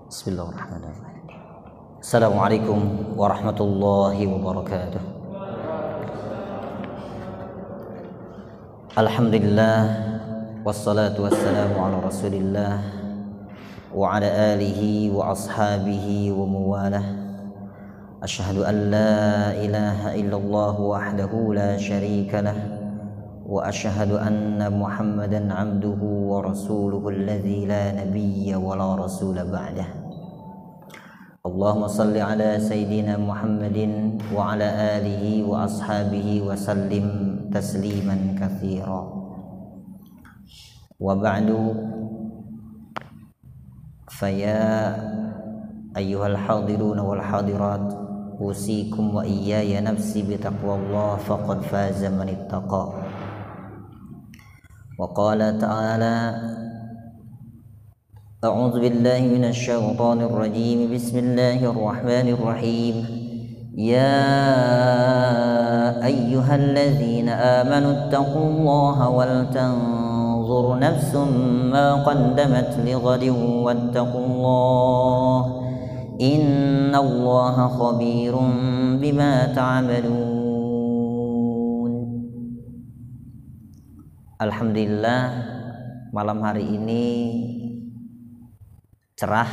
Bismillahirrahmanirrahim. Assalamualaikum warahmatullahi wabarakatuh. Alhamdulillah wassalatu wassalamu ala Rasulillah wa ala alihi wa ashabihi wa mawalah. Asyhadu an la ilaha illallah wahdahu la syarika lah wa asyhadu anna Muhammadan abduhu wa rasuluhu alladzi la nabiyya wa la rasula ba'dah. Allahumma salli ala sayyidina Muhammadin wa ala alihi wa ashabihi wa sallim tasliman katsira. Wa ba'du, faya ayyuhal hadiruna wal hadirat, usikum wa iyaya nafsi bitaqwallah faqad faza man ittaqa. Wa qala ta'ala a'udzu billahi minasy syaithanir rajim. Bismillahirrahmanirrahim. Ya ayyuhalladzina amanu taqullaha wal tanzur nafsum ma qaddamat lighadin wattaqullaha innallaha khabirum bima ta'malun. Alhamdulillah, malam hari ini cerah,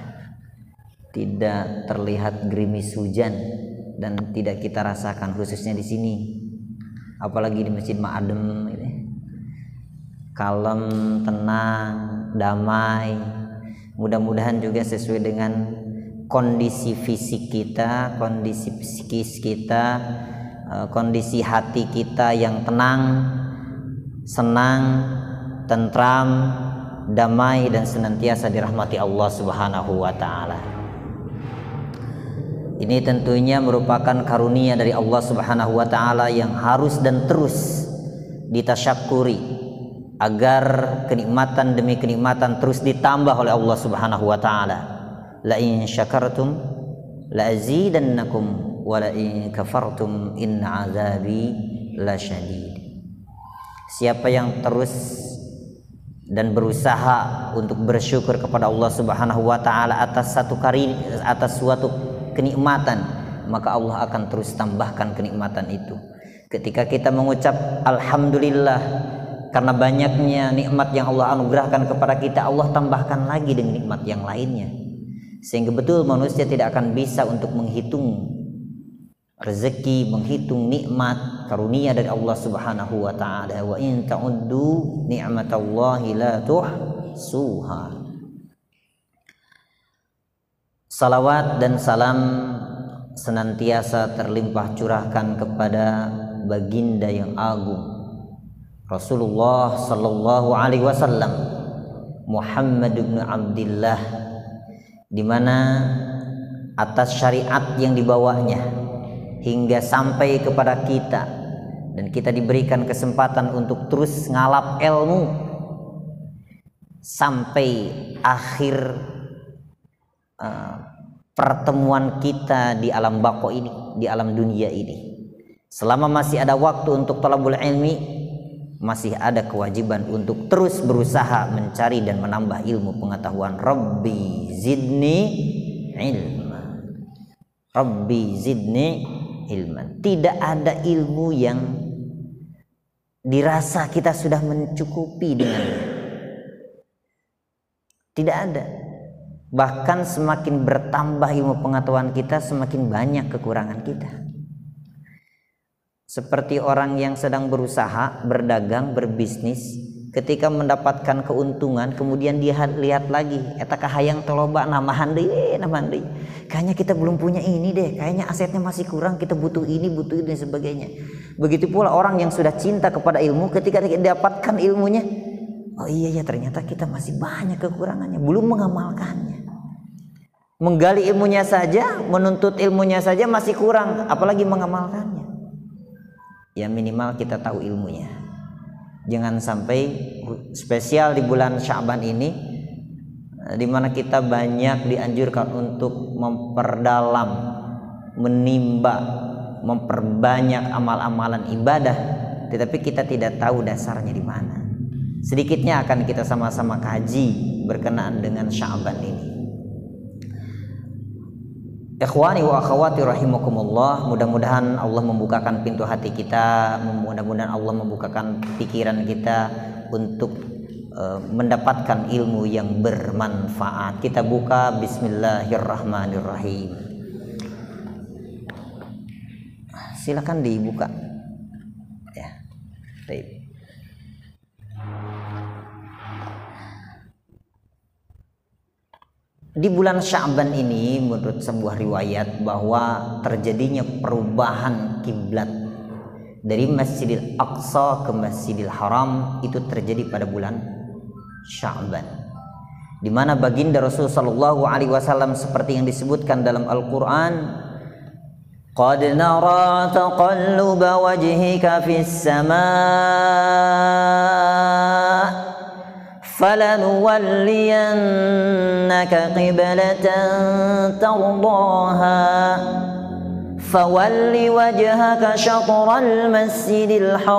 tidak terlihat gerimis hujan dan tidak kita rasakan khususnya di sini, apalagi di Masjid Ma'adem ini. Kalem, tenang, damai. Mudah-mudahan juga sesuai dengan kondisi fisik kita, kondisi psikis kita, kondisi hati kita yang tenang, senang, tentram, damai dan senantiasa dirahmati Allah Subhanahu wa taala. Ini tentunya merupakan karunia dari Allah Subhanahu wa taala yang harus dan terus ditasyakuri agar kenikmatan demi kenikmatan terus ditambah oleh Allah Subhanahu wa taala. La in syakartum la azidannakum wa la in kafartum inna azabi lasyadid. Siapa yang terus dan berusaha untuk bersyukur kepada Allah Subhanahu wa taala atas suatu kenikmatan, maka Allah akan terus tambahkan kenikmatan itu. Ketika kita mengucap alhamdulillah karena banyaknya nikmat yang Allah anugerahkan kepada kita, Allah tambahkan lagi dengan nikmat yang lainnya, sehingga betul manusia tidak akan bisa untuk menghitung rezeki, menghitung nikmat karunia dari Allah Subhanahu wa taala. Wa in ta'uddu ni'matallahi la tuhsuha. Salawat dan salam senantiasa terlimpah curahkan kepada baginda yang agung Rasulullah sallallahu alaihi wasallam, Muhammad bin Abdullah, di mana atas syariat yang dibawanya hingga sampai kepada kita dan kita diberikan kesempatan untuk terus ngalap ilmu sampai akhir pertemuan kita di alam baqo ini, di alam dunia ini. Selama masih ada waktu untuk thalabul ilmi, masih ada kewajiban untuk terus berusaha mencari dan menambah ilmu pengetahuan. Rabbi zidni ilma, Rabbi zidni ilman. Tidak ada ilmu yang dirasa kita sudah mencukupi dengannya. Tidak ada. Bahkan semakin bertambah ilmu pengetahuan kita, semakin banyak kekurangan kita. Seperti orang yang sedang berusaha, berdagang, berbisnis, ketika mendapatkan keuntungan, kemudian dia lihat lagi, eta kahayang toloba namahan deui. Kayaknya kita belum punya ini deh, kayaknya asetnya masih kurang, kita butuh ini dan sebagainya. Begitu pula orang yang sudah cinta kepada ilmu, ketika dapatkan ilmunya, oh iya ya, ternyata kita masih banyak kekurangannya, belum mengamalkannya. Menggali ilmunya saja, menuntut ilmunya saja masih kurang, apalagi mengamalkannya. Ya minimal kita tahu ilmunya. Jangan sampai, spesial di bulan Sya'ban ini, di mana kita banyak dianjurkan untuk memperdalam, menimba, memperbanyak amal-amalan ibadah, tetapi kita tidak tahu dasarnya di mana. Sedikitnya akan kita sama-sama kaji berkenaan dengan Sya'ban ini. Ikhwani wa akhwati rahimakumullah, mudah-mudahan Allah membukakan pintu hati kita, mudah-mudahan Allah membukakan pikiran kita untuk mendapatkan ilmu yang bermanfaat. Kita buka bismillahirrahmanirrahim. Silakan dibuka. Ya. Baik. Di bulan Sya'ban ini menurut sebuah riwayat bahwa terjadinya perubahan kiblat dari Masjidil Aqsa ke Masjidil Haram itu terjadi pada bulan Sya'ban, di mana baginda Rasul sallallahu alaihi wasallam seperti yang disebutkan dalam Al-Qur'an, qad nara taqalluba wajhika fis samaa فلنولينك قبلة ترضاها فول وجهك شطر المسجد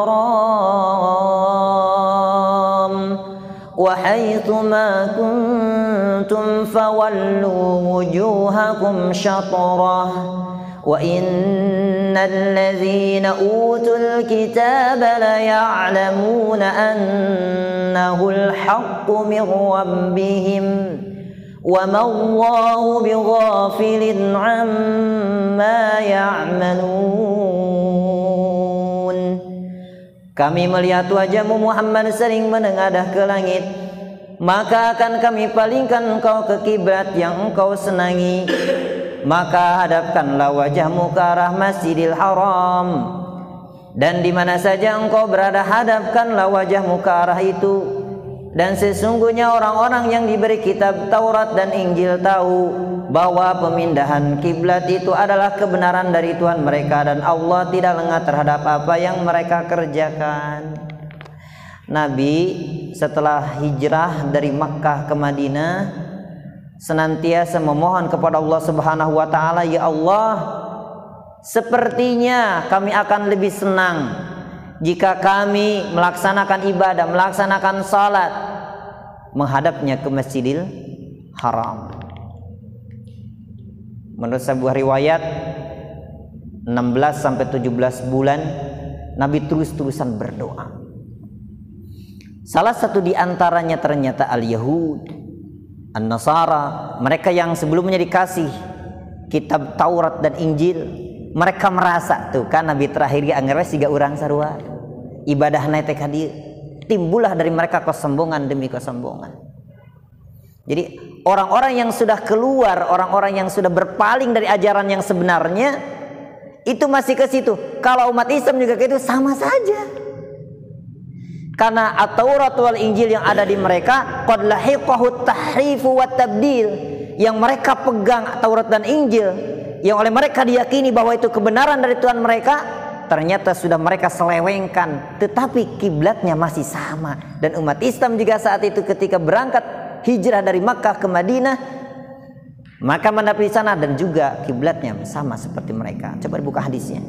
الحرام وحيث ما كنتم فولوا وجوهكم شطره وإن الذين أوتوا الكتاب ليعلمون أنه الحق من ربهم وما الله بغافل عما يعملون. Kami melihat wajahmu Muhammad sering menengadah ke langit, maka akan kami palingkan engkau ke kiblat yang engkau senangi. Maka hadapkanlah wajahmu ke arah Masjidil Haram, dan di mana saja engkau berada hadapkanlah wajahmu ke arah itu. Dan sesungguhnya orang-orang yang diberi kitab Taurat dan Injil tahu bahwa pemindahan kiblat itu adalah kebenaran dari Tuhan mereka, dan Allah tidak lengah terhadap apa yang mereka kerjakan. Nabi setelah hijrah dari Makkah ke Madinah senantiasa memohon kepada Allah Subhanahu wa taala, ya Allah, sepertinya kami akan lebih senang jika kami melaksanakan ibadah, melaksanakan salat menghadapnya ke Masjidil Haram. Menurut sebuah riwayat 16 sampai 17 bulan Nabi terus-terusan berdoa. Salah satu di antaranya ternyata al-Yahud, An-Nasara, mereka yang sebelumnya dikasih kitab Taurat dan Injil, mereka merasa tuh kan Nabi terakhir anggaran siga urang sarua ibadah teh kadieu, timbullah dari mereka kesombongan demi kesombongan. Jadi orang-orang yang sudah keluar, orang-orang yang sudah berpaling dari ajaran yang sebenarnya itu masih ke situ. Kalau umat Islam juga gitu sama saja. Karena At-Taurat wal Injil yang ada di mereka qad lahiqahu tahrifu wat tabdil, yang mereka pegang Taurat dan Injil, yang oleh mereka diyakini bahwa itu kebenaran dari Tuhan mereka, ternyata sudah mereka selewengkan, tetapi kiblatnya masih sama. Dan umat Islam juga saat itu ketika berangkat hijrah dari Makkah ke Madinah, maka mendapat di sana dan juga kiblatnya sama seperti mereka. Coba dibuka hadisnya.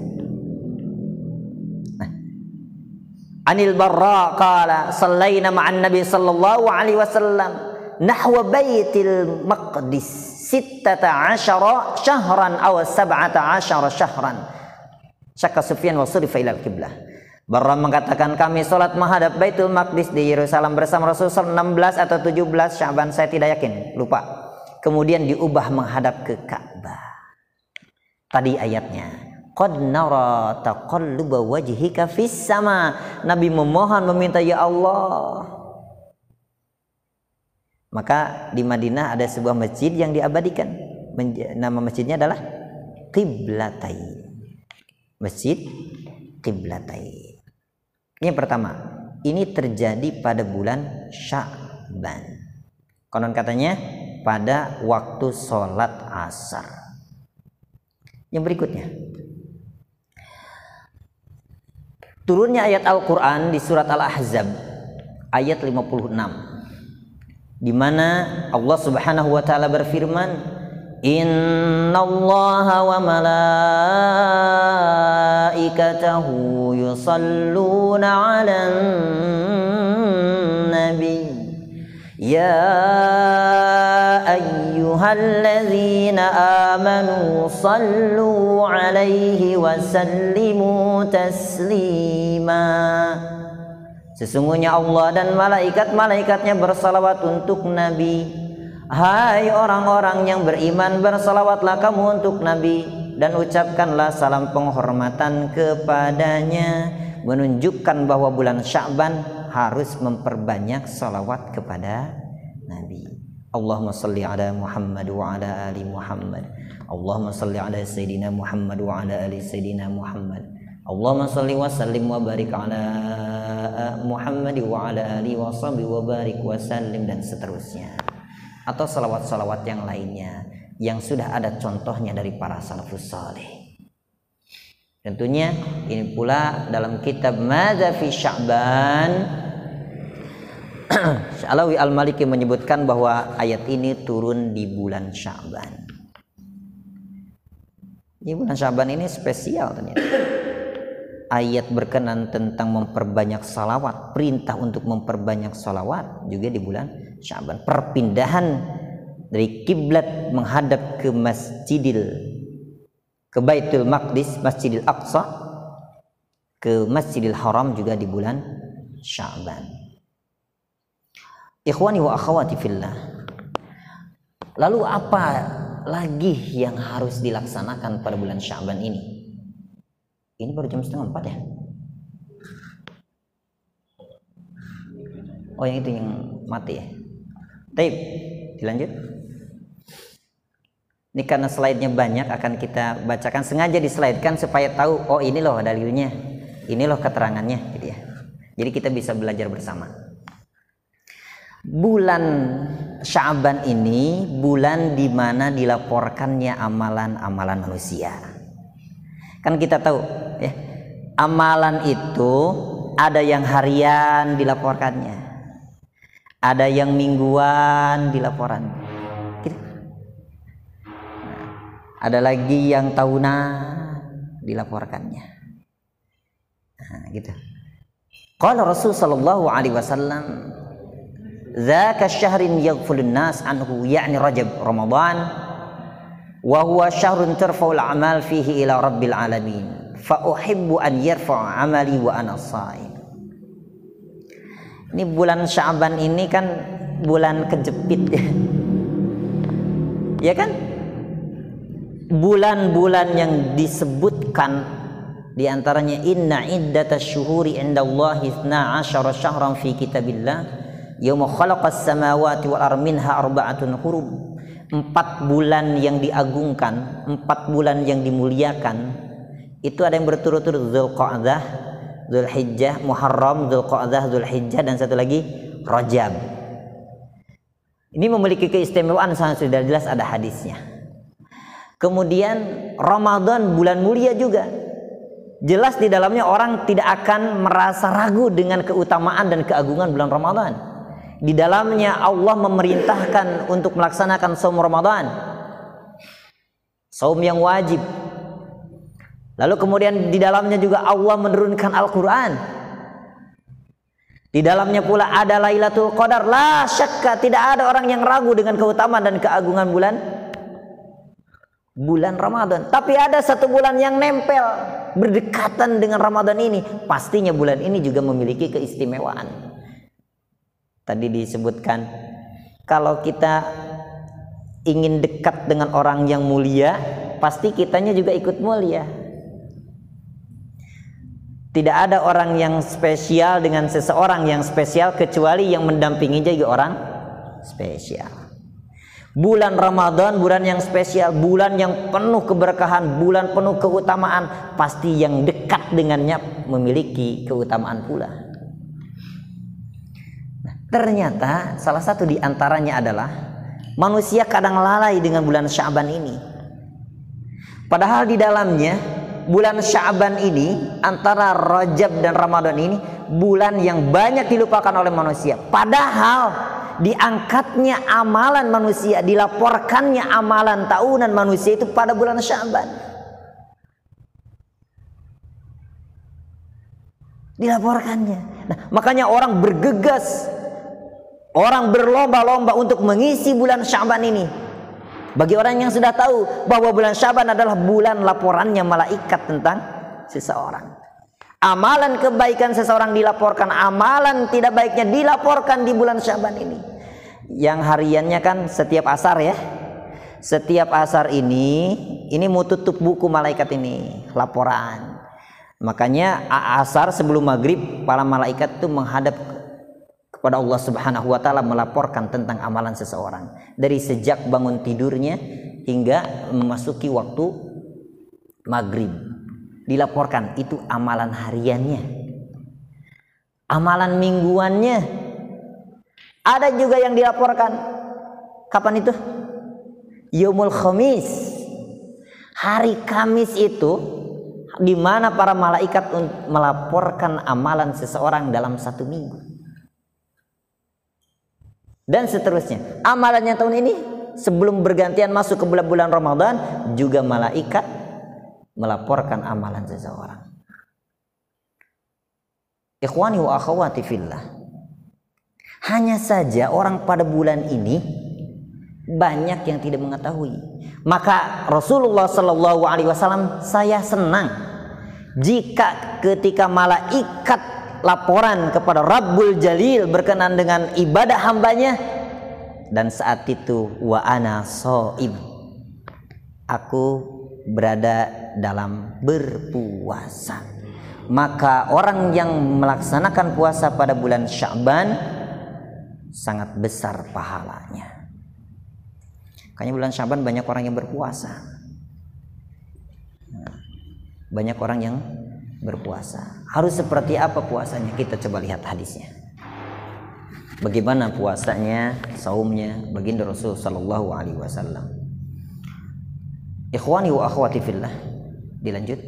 Anil Barra qala sallaina ma'an Nabi sallallahu alaihi wasallam nahwa Baitil Maqdis 16 syahran aw 17 syahran. Syakka Sufyan wa surifa ila al-qiblah. Barra mengatakan kami salat menghadap Baitul Maqdis di Yerusalem bersama Rasulullah 16 atau 17 Sya'ban, saya tidak yakin, lupa. Kemudian diubah menghadap ke Ka'bah. Tadi ayatnya qad nara taqalluba wajhika fis sama. Nabi memohon meminta, ya Allah. Maka di Madinah ada sebuah masjid yang diabadikan. Nama masjidnya adalah Qiblatain. Masjid Qiblatain. Ini yang pertama. Ini terjadi pada bulan Sya'ban. Konon katanya pada waktu sholat asar. Yang berikutnya, turunnya ayat Al-Quran di surat Al-Ahzab ayat 56, di mana Allah Subhanahu wa taala berfirman, innallaha wa malaikatahu yusalluna 'alan nabi ya ayyuhalladzina ayyuhalladzina amanu sallu alaihi wa sallimu taslima. Sesungguhnya Allah dan malaikat-malaikatnya bersalawat untuk Nabi. Hai orang-orang yang beriman, bersalawatlah kamu untuk Nabi dan ucapkanlah salam penghormatan kepadanya, menunjukkan bahwa bulan Sya'ban harus memperbanyak salawat kepada Nabi. Allahumma salli ala Muhammad wa ala ali Muhammad. Allahumma salli ala Sayyidina Muhammad wa ala ali Sayyidina Muhammad. Allahumma salli wa sallim wa barik ala Muhammad wa ala ali wa sahbihi wa barik wa sallim, dan seterusnya. Atau salawat-salawat yang lainnya yang sudah ada contohnya dari para salafus saleh. Tentunya ini pula dalam kitab Madza fi Sya'ban, Sya'lawi Al-Maliki menyebutkan bahwa ayat ini turun di bulan Sya'ban. Di bulan Sya'ban ini spesial ternyata. Ayat berkenan tentang memperbanyak salawat, perintah untuk memperbanyak salawat juga di bulan Sya'ban. Perpindahan dari kiblat menghadap ke Baitul Maqdis, Masjidil Aqsa, ke Masjidil Haram juga di bulan Sya'ban. Ikhwani wa akhwati fillah. Lalu apa lagi yang harus dilaksanakan pada bulan Sya'ban ini? Ini baru jam 3:30 ya? Oh, yang itu yang mati ya? Baik, dilanjut. Ini karena slide-nya banyak akan kita bacakan, sengaja di-slide-kan supaya tahu, oh ini loh dalilnya, ini loh keterangannya gitu ya. Jadi kita bisa belajar bersama. Bulan Sya'ban ini bulan di mana dilaporkannya amalan-amalan manusia. Kan kita tahu ya, amalan itu ada yang harian dilaporkannya, ada yang mingguan dilaporan, gitu. Ada lagi yang tahunan dilaporkannya. Nah, gitu. Qala Rasul sallallahu alaihi wasallam, "Dzaka syahrin yaghfulun nas anhu," yakni Rajab, Ramadan. Wa huwa syahrun tarfa'ul a'mal fihi ila rabbil alamin fa uhibbu an yarfa'a 'amali wa ana shaim. Ini bulan Sya'ban ini kan bulan kejepit ya kan, bulan-bulan yang disebutkan diantaranya inna iddatasy syuhuri indallahi 12 syahran fi kitabillah yauma khalaqas samawati wal ardi minha arba'atun hurum. 4 bulan yang diagungkan, 4 bulan yang dimuliakan, itu ada yang berturut-turut, Dzulqa'dah, Dzulhijjah, Muharram, Dzulqa'dah, Dzulhijjah, dan satu lagi Rajab. Ini memiliki keistimewaan, sangat sudah jelas ada hadisnya. Kemudian Ramadan bulan mulia juga, jelas di dalamnya orang tidak akan merasa ragu dengan keutamaan dan keagungan bulan Ramadan. Di dalamnya Allah memerintahkan untuk melaksanakan saum Ramadan, saum yang wajib. Lalu kemudian di dalamnya juga Allah menurunkan Al-Quran. Di dalamnya pula ada Lailatul Qadar. La syakka, tidak ada orang yang ragu dengan keutamaan dan keagungan bulan Ramadan. Tapi ada satu bulan yang nempel berdekatan dengan Ramadan ini. Pastinya bulan ini juga memiliki keistimewaan. Tadi disebutkan, kalau kita ingin dekat dengan orang yang mulia, pasti kitanya juga ikut mulia. Tidak ada orang yang spesial dengan seseorang yang spesial kecuali yang mendampinginya juga orang spesial. Bulan Ramadan bulan yang spesial, bulan yang penuh keberkahan, bulan penuh keutamaan, pasti yang dekat dengannya memiliki keutamaan pula. Ternyata salah satu di antaranya adalah manusia kadang lalai dengan bulan Sya'ban ini. Padahal di dalamnya bulan Sya'ban ini, antara Rajab dan Ramadan ini, bulan yang banyak dilupakan oleh manusia. Padahal diangkatnya amalan manusia, dilaporkannya amalan tahunan manusia itu pada bulan Sya'ban. Dilaporkannya. Nah, makanya orang bergegas, orang berlomba-lomba untuk mengisi bulan Sya'ban ini. Bagi orang yang sudah tahu bahwa bulan Syaban adalah bulan laporannya malaikat tentang seseorang. Amalan kebaikan seseorang dilaporkan, amalan tidak baiknya dilaporkan di bulan Syaban ini. Yang hariannya kan setiap asar ya. Setiap asar ini mau tutup buku malaikat ini, laporan. Makanya asar sebelum maghrib para malaikat itu menghadap kepada Allah Subhanahu wa taala melaporkan tentang amalan seseorang dari sejak bangun tidurnya hingga memasuki waktu maghrib. Dilaporkan itu amalan hariannya, amalan mingguannya. Ada juga yang dilaporkan. Kapan itu? Yaumul Khamis, hari Kamis itu, di mana para malaikat melaporkan amalan seseorang dalam satu minggu. Dan seterusnya. Amalannya tahun ini sebelum bergantian masuk ke bulan-bulan Ramadan juga malaikat melaporkan amalan seseorang. Ikhwani wa akhwati fillah. Hanya saja orang pada bulan ini banyak yang tidak mengetahui. Maka Rasulullah Shallallahu Alaihi Wasallam, saya senang jika ketika malaikat laporan kepada Rabbul Jalil berkenaan dengan ibadah hambanya, dan saat itu wa ana shaim, aku berada dalam berpuasa. Maka orang yang melaksanakan puasa pada bulan Sya'ban sangat besar pahalanya. Makanya bulan Sya'ban banyak orang yang berpuasa. Banyak orang yang berpuasa. Harus seperti apa puasanya? Kita coba lihat hadisnya. Bagaimana puasanya, saumnya baginda Rasul sallallahu alaihi wasallam. Ikhwani wa akhwati fillah. Dilanjut.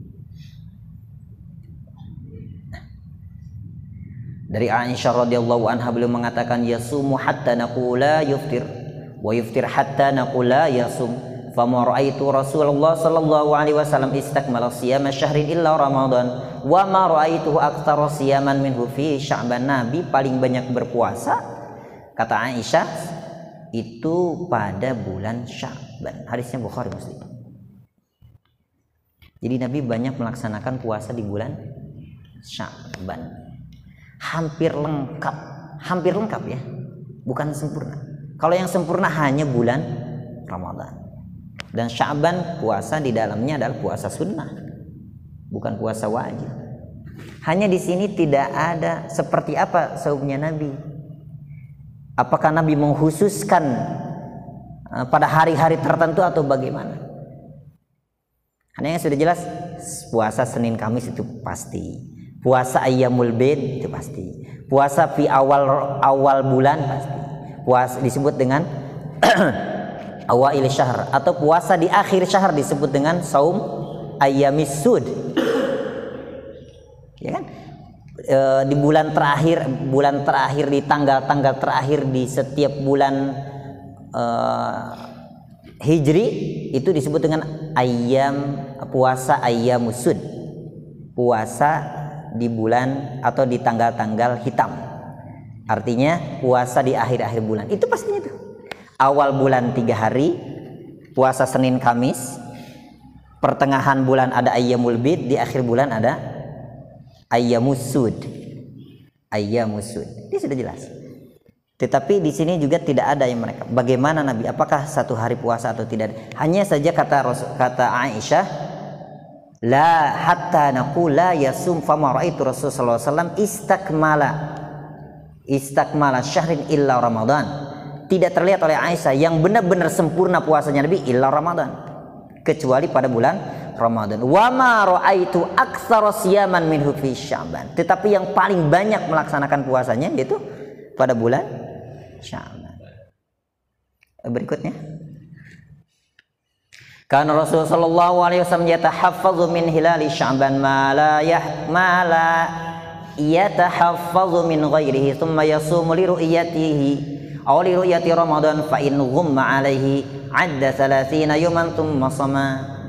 Dari Aisyah radhiyallahu anha beliau mengatakan yasumu hatta naqula yuftir wa yuftir hatta naqula yasum. Fama ra'aitu Rasulullah sallallahu alaihi wasallam istakmala siyama syahrin illa Ramadan wa ma ra'aituhu aktsara siyaman minhu fi Sya'ban. Nabi paling banyak berpuasa, kata Aisyah, itu pada bulan Sya'ban. Hadisnya Bukhari Muslim. Jadi Nabi banyak melaksanakan puasa di bulan Sya'ban. Hampir lengkap ya, bukan sempurna. Kalau yang sempurna hanya bulan Ramadan. Dan Sya'ban puasa di dalamnya adalah puasa sunnah, bukan puasa wajib. Hanya di sini tidak ada seperti apa saumnya Nabi. Apakah Nabi mengkhususkan pada hari-hari tertentu atau bagaimana? Hanya yang sudah jelas puasa Senin Kamis itu pasti. Puasa Ayyamul Bid itu pasti. Puasa di awal bulan pasti. Puasa disebut dengan awail syahr, atau puasa di akhir syahr disebut dengan saum ayyamis sud. Ya kan? Di bulan terakhir di tanggal-tanggal terakhir di setiap bulan Hijri itu disebut dengan puasa ayyamus sud. Puasa di bulan atau di tanggal-tanggal hitam. Artinya puasa di akhir-akhir bulan. Itu pastinya tuh. Awal bulan 3 hari puasa Senin Kamis, pertengahan bulan ada Ayyamul Bid, di akhir bulan ada Ayyamus Sud. Ini sudah jelas. Tetapi di sini juga tidak ada yang mereka. Bagaimana Nabi? Apakah satu hari puasa atau tidak? Hanya saja kata Aisyah, la hatta naqula yasum fama ra'aitu Rasulullah sallallahu alaihi wasallam istakmala syahrin illa Ramadan. Tidak terlihat oleh Aisyah yang benar-benar sempurna puasanya Nabi illa Ramadan, kecuali pada bulan Ramadan. Wa ma ra'aitu aktsara siyaman minhu fi Sya'ban. Tetapi yang paling banyak melaksanakan puasanya yaitu pada bulan Sya'ban. Berikutnya. Karena Rasulullah sallallahu alaihi wasallam yatahaffazu min hilali Sya'ban ma la yatahaffazu min ghairihi thumma yasumu li ru'yatihi aw li ru'yati Ramadan fa in ghumma alaihi adda 30 yawman thumma sama.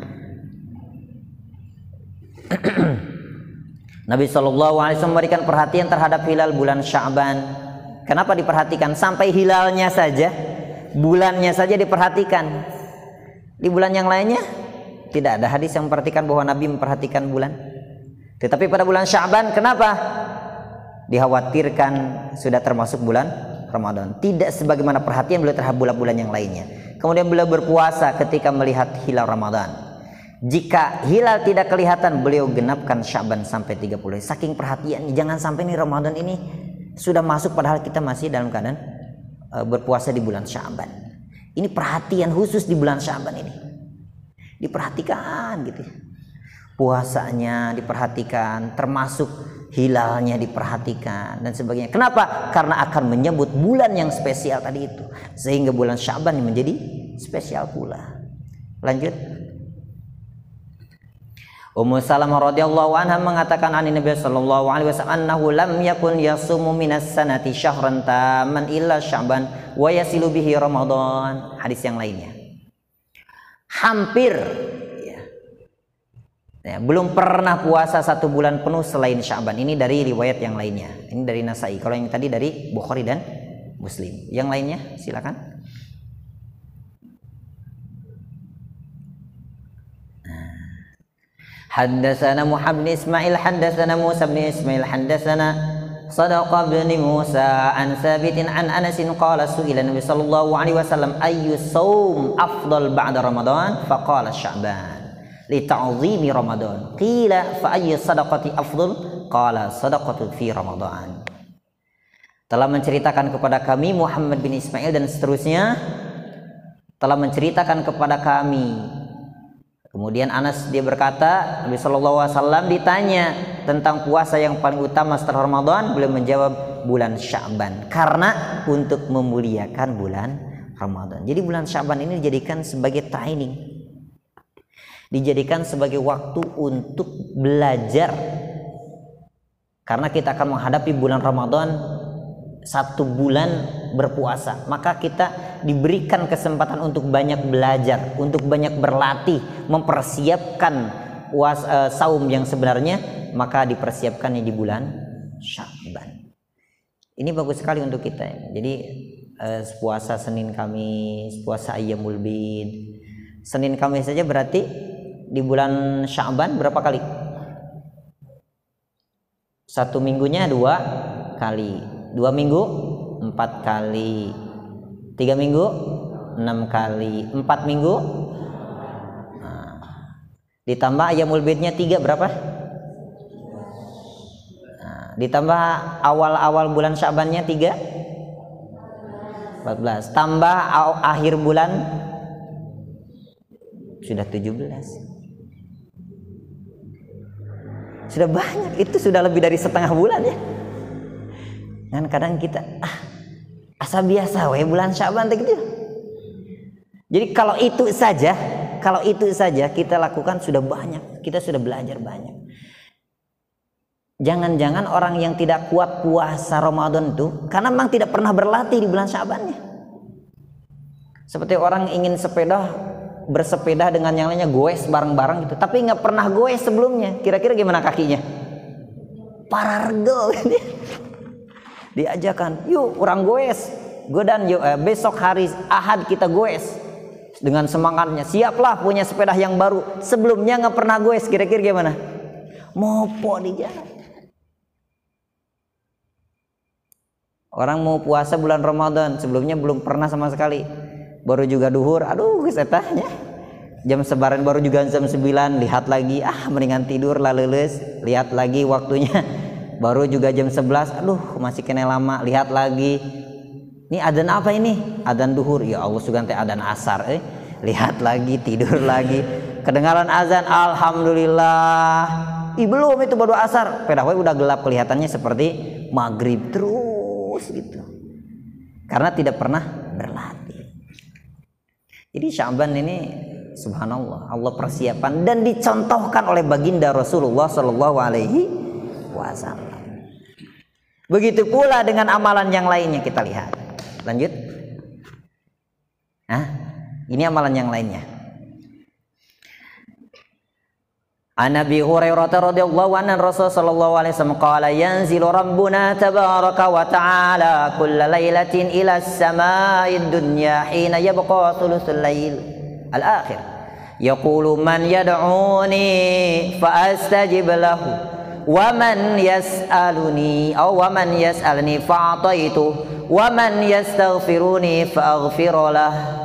Nabi sallallahu alaihi wasallam memberikan perhatian terhadap hilal bulan Sya'ban. Kenapa diperhatikan? Sampai hilalnya saja bulannya saja diperhatikan. Di bulan yang lainnya tidak ada hadis yang memperhatikan bahwa Nabi memperhatikan bulan. Tetapi pada bulan Sya'ban, kenapa? Dikhawatirkan sudah termasuk bulan Ramadan. Tidak sebagaimana perhatian beliau terhadap bulan-bulan yang lainnya. Kemudian beliau berpuasa ketika melihat hilal Ramadan. Jika hilal tidak kelihatan, beliau genapkan Sya'ban sampai 30. Saking perhatiannya, jangan sampai nih Ramadan ini sudah masuk padahal kita masih dalam keadaan berpuasa di bulan Sya'ban. Ini perhatian khusus di bulan Sya'ban ini. Diperhatikan gitu. Puasanya diperhatikan, termasuk hilalnya diperhatikan dan sebagainya. Kenapa? Karena akan menyebut bulan yang spesial tadi itu. Sehingga bulan Sya'ban menjadi spesial pula. Lanjut. Ummu Salamah radhiyallahu anha mengatakan an Nabi sallallahu alaihi wasallam annahu lam yakun yasumu minas sanati syahran taman illa Sya'ban wa yasilu bihi Ramadan. Hadis yang lainnya. Hampir ya, belum pernah puasa 1 bulan penuh selain Sya'ban. Ini dari riwayat yang lainnya. Ini dari Nasai. Kalau yang tadi dari Bukhari dan Muslim. Yang lainnya silakan. Haddatsana Muhammad bin Ismail, haddatsana Musa bin Ismail, haddatsana Sadaqa bin Musa an Sabitin an Anas qala su'ila Nabi sallallahu alaihi wasallam ayyu shaum afdal ba'da Ramadan faqala Sya'ban li ta'zimi Ramadan qila fa ayyu sadaqati afdal qala sadaqatu fi Ramadan. Telah menceritakan kepada kami Muhammad bin Ismail dan seterusnya telah menceritakan kepada kami. Kemudian Anas dia berkata, Nabi sallallahu alaihi wasallam ditanya tentang puasa yang paling utama setelah Ramadan, beliau menjawab bulan Sya'ban karena untuk memuliakan bulan Ramadan. Jadi bulan Sya'ban ini dijadikan sebagai training. Dijadikan sebagai waktu untuk belajar. Karena kita akan menghadapi bulan Ramadan 1 bulan berpuasa, maka kita diberikan kesempatan untuk banyak belajar, untuk banyak berlatih, mempersiapkan saum yang sebenarnya, maka dipersiapkannya di bulan Sya'ban. Ini bagus sekali untuk kita. Jadi puasa Senin Kamis, puasa Ayyamul Bid. Senin Kamis saja berarti di bulan Sya'ban berapa kali? 1 minggunya 2 kali. 2 minggu 4 kali, 3 minggu 6 kali, 4 minggu ditambah Ayyamul Bidnya 3 berapa? Ditambah awal-awal bulan Sya'bannya 3 14, tambah akhir bulan sudah 17. Sudah banyak, itu sudah lebih dari setengah bulan ya. Dan kadang kita asa biasa bulan Sya'ban gitu. Jadi kalau itu saja kita lakukan sudah banyak, kita sudah belajar banyak. Jangan-jangan orang yang tidak kuat puasa Ramadan itu karena memang tidak pernah berlatih di bulan Sya'bannya. Seperti orang ingin bersepeda dengan yang lainnya, goes bareng-bareng gitu, tapi nggak pernah goes sebelumnya. Kira-kira gimana kakinya? Parargo gitu. Diajakan, yuk orang goes, godan yuk besok hari Ahad kita goes dengan semangatnya. Siaplah punya sepeda yang baru, sebelumnya nggak pernah goes. Kira-kira gimana? Mopo di jalan. Orang mau puasa bulan Ramadan, sebelumnya belum pernah sama sekali. Baru juga duhur, aduh setahnya. Jam sebaran baru juga jam 9, lihat lagi, mendingan tidur lah leles. Lihat lagi waktunya. Baru juga jam 11, aduh masih kena lama, lihat lagi. Ini adzan apa ini? Adzan duhur, ya Allah sudah adzan asar. Lihat lagi, tidur lagi. Kedengaran azan, alhamdulillah. Belum itu baru asar. Padahal udah gelap, kelihatannya seperti maghrib terus gitu. Karena tidak pernah berlatih. Jadi Sya'ban ini subhanallah, Allah persiapan dan dicontohkan oleh baginda Rasulullah sallallahu alaihi wasallam. Begitu pula dengan amalan yang lainnya, kita lihat. Lanjut. Ini amalan yang lainnya. An Abi Hurairah radhiyallahu anhu Rasul sallallahu alaihi wasallam qala yanzilu rabbuna tabaraka wa ta'ala kulla lailatin ila as-sama'id dunya hina yabqa thuluthul lail al-akhir yaqulu man yad'uni fa astajib lahu wa man yas'aluni aw wa man yas'alni fa'ataitu wa man yastaghfiruni fa aghfir lahu.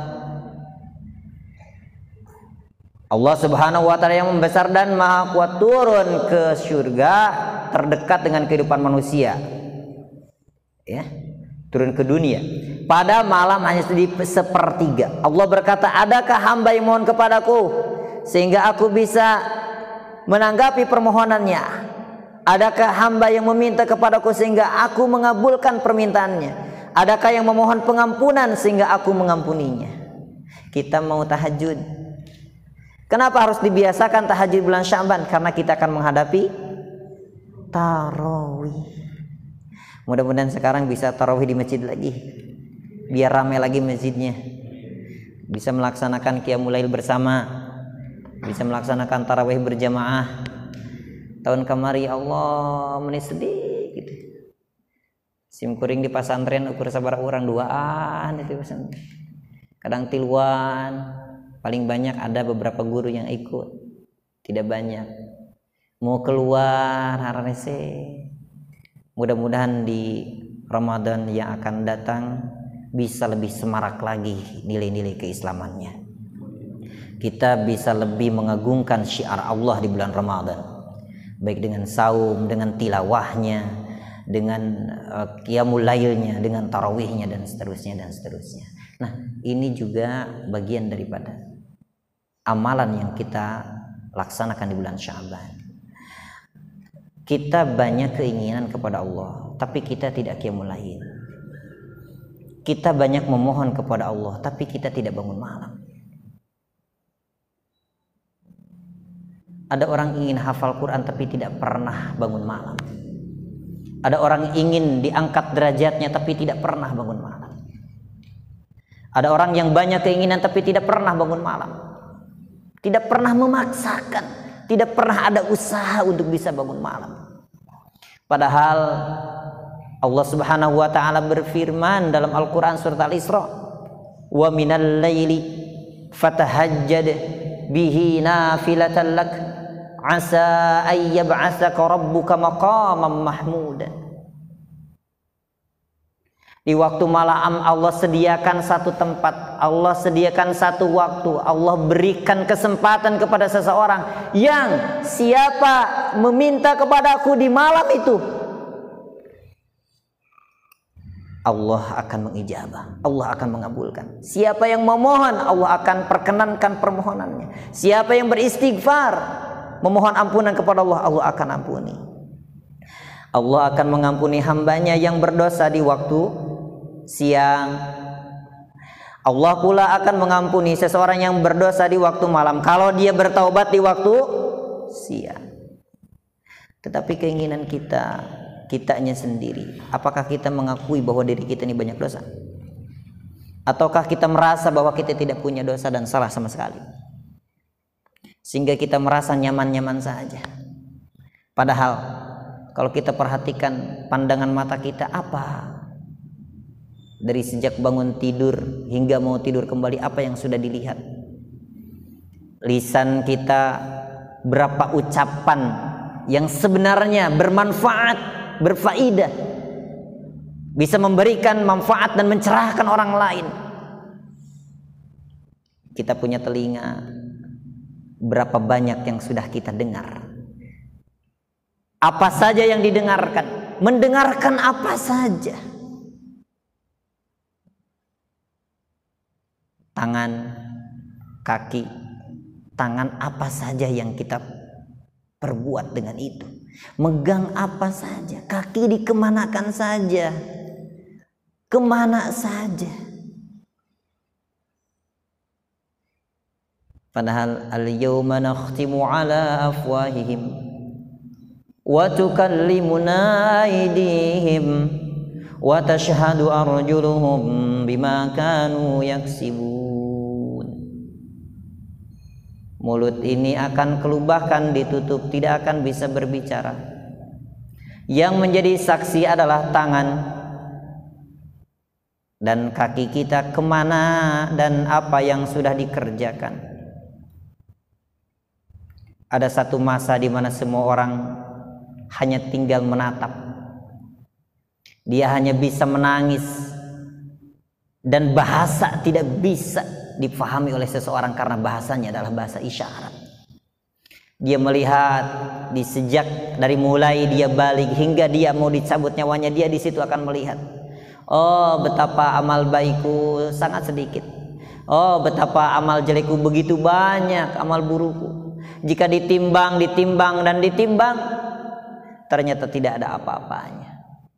Allah Subhanahu wa taala yang membesar dan maha kuat turun ke surga terdekat dengan kehidupan manusia. Ya, turun ke dunia pada malam hanya di sepertiga. Allah berkata, "Adakah hamba yang mohon kepadaku sehingga aku bisa menanggapi permohonannya? Adakah hamba yang meminta kepadaku sehingga aku mengabulkan permintaannya? Adakah yang memohon pengampunan sehingga aku mengampuninya?" Kita mau tahajud. Kenapa harus dibiasakan tahajud bulan Sya'ban? Karena kita akan menghadapi tarawih. Mudah-mudahan sekarang bisa tarawih di masjid lagi, biar ramai lagi masjidnya. Bisa melaksanakan qiyamul lail bersama, bisa melaksanakan tarawih berjamaah. Tahun kemari Allah menis sedih gitu. Sim kuring di pasantren ukur sabar orang duaan itu pesantren. Kadang tiluan. Paling banyak ada beberapa guru yang ikut, tidak banyak. Mau keluar hararese. Mudah-mudahan di Ramadan yang akan datang bisa lebih semarak lagi nilai-nilai keislamannya. Kita bisa lebih mengagungkan syiar Allah di bulan Ramadan, baik dengan saum, dengan tilawahnya, dengan qiyamul lailnya, dengan tarawihnya dan seterusnya dan seterusnya. Nah, ini juga bagian daripada amalan yang kita laksanakan di bulan Sya'ban. Kita banyak keinginan kepada Allah, tapi kita tidak qiyamul lail. Kita banyak memohon kepada Allah, tapi kita tidak bangun malam. Ada orang ingin hafal Quran tapi tidak pernah bangun malam. Ada orang ingin diangkat derajatnya tapi tidak pernah bangun malam. Ada orang yang banyak keinginan tapi tidak pernah bangun malam. Tidak pernah memaksakan, tidak pernah ada usaha untuk bisa bangun malam. Padahal Allah Subhanahu wa taala berfirman dalam Al-Qur'an surat Al-Isra, "Wa minal laili fatahajjad bihi nafilatan lak asa ay yab'atsaka rabbuka maqaman mahmudan." Di waktu malam Allah sediakan satu tempat, Allah sediakan satu waktu, Allah berikan kesempatan kepada seseorang yang siapa meminta kepadaku di malam itu, Allah akan mengijabah, Allah akan mengabulkan. Siapa yang memohon, Allah akan perkenankan permohonannya. Siapa yang beristighfar, memohon ampunan kepada Allah, Allah akan ampuni. Allah akan mengampuni hambanya yang berdosa di waktu siang. Allah pula akan mengampuni seseorang yang berdosa di waktu malam kalau dia bertaubat di waktu siang. Tetapi keinginan kita, kitanya sendiri, apakah kita mengakui bahwa diri kita ini banyak dosa? Ataukah kita merasa bahwa kita tidak punya dosa dan salah sama sekali, sehingga kita merasa nyaman-nyaman saja? Padahal kalau kita perhatikan pandangan mata kita, apa dari sejak bangun tidur hingga mau tidur kembali, apa yang sudah dilihat? Lisan kita, berapa ucapan yang sebenarnya bermanfaat, berfaedah, bisa memberikan manfaat dan mencerahkan orang lain. Kita punya telinga, berapa banyak yang sudah kita dengar? Apa saja yang didengarkan? Mendengarkan apa saja? Tangan, kaki, tangan apa saja yang kita perbuat dengan itu? Megang apa saja? Kaki dikemanakan saja? Kemana saja? Padahal al-yawma nakhtimu ala afwahihim wa tukallimuna aydihim wa tashhadu arjuluhum bima kanu yaksibun. Mulut ini akan kelubahkan, ditutup, tidak akan bisa berbicara. Yang menjadi saksi adalah tangan dan kaki kita kemana dan apa yang sudah dikerjakan. Ada satu masa di mana semua orang hanya tinggal menatap. Dia hanya bisa menangis, dan bahasa tidak bisa dipahami oleh seseorang karena bahasanya adalah bahasa isyarat. Dia melihat sejak dari mulai dia balik hingga dia mau dicabut nyawanya, dia di situ akan melihat, oh betapa amal baikku sangat sedikit, oh betapa amal jelekku begitu banyak, amal burukku. Jika ditimbang dan ditimbang, ternyata tidak ada apa-apanya.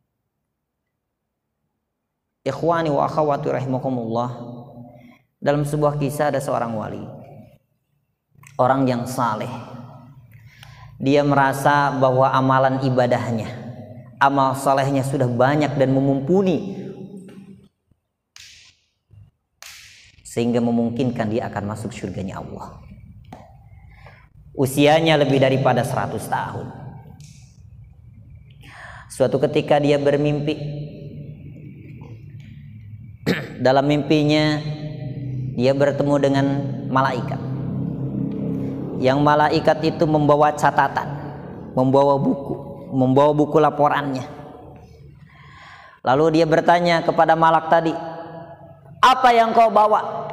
Ikhwani wa akhwati rahimakumullah, dalam sebuah kisah ada seorang wali, orang yang saleh. Dia merasa bahwa amalan ibadahnya, amal salehnya sudah banyak dan memumpuni, sehingga memungkinkan dia akan masuk surganya Allah. Usianya lebih daripada 100 tahun. Suatu ketika dia bermimpi. Dalam mimpinya dia bertemu dengan malaikat. Yang malaikat itu membawa catatan, membawa buku laporannya. Lalu dia bertanya kepada malak tadi, apa yang kau bawa?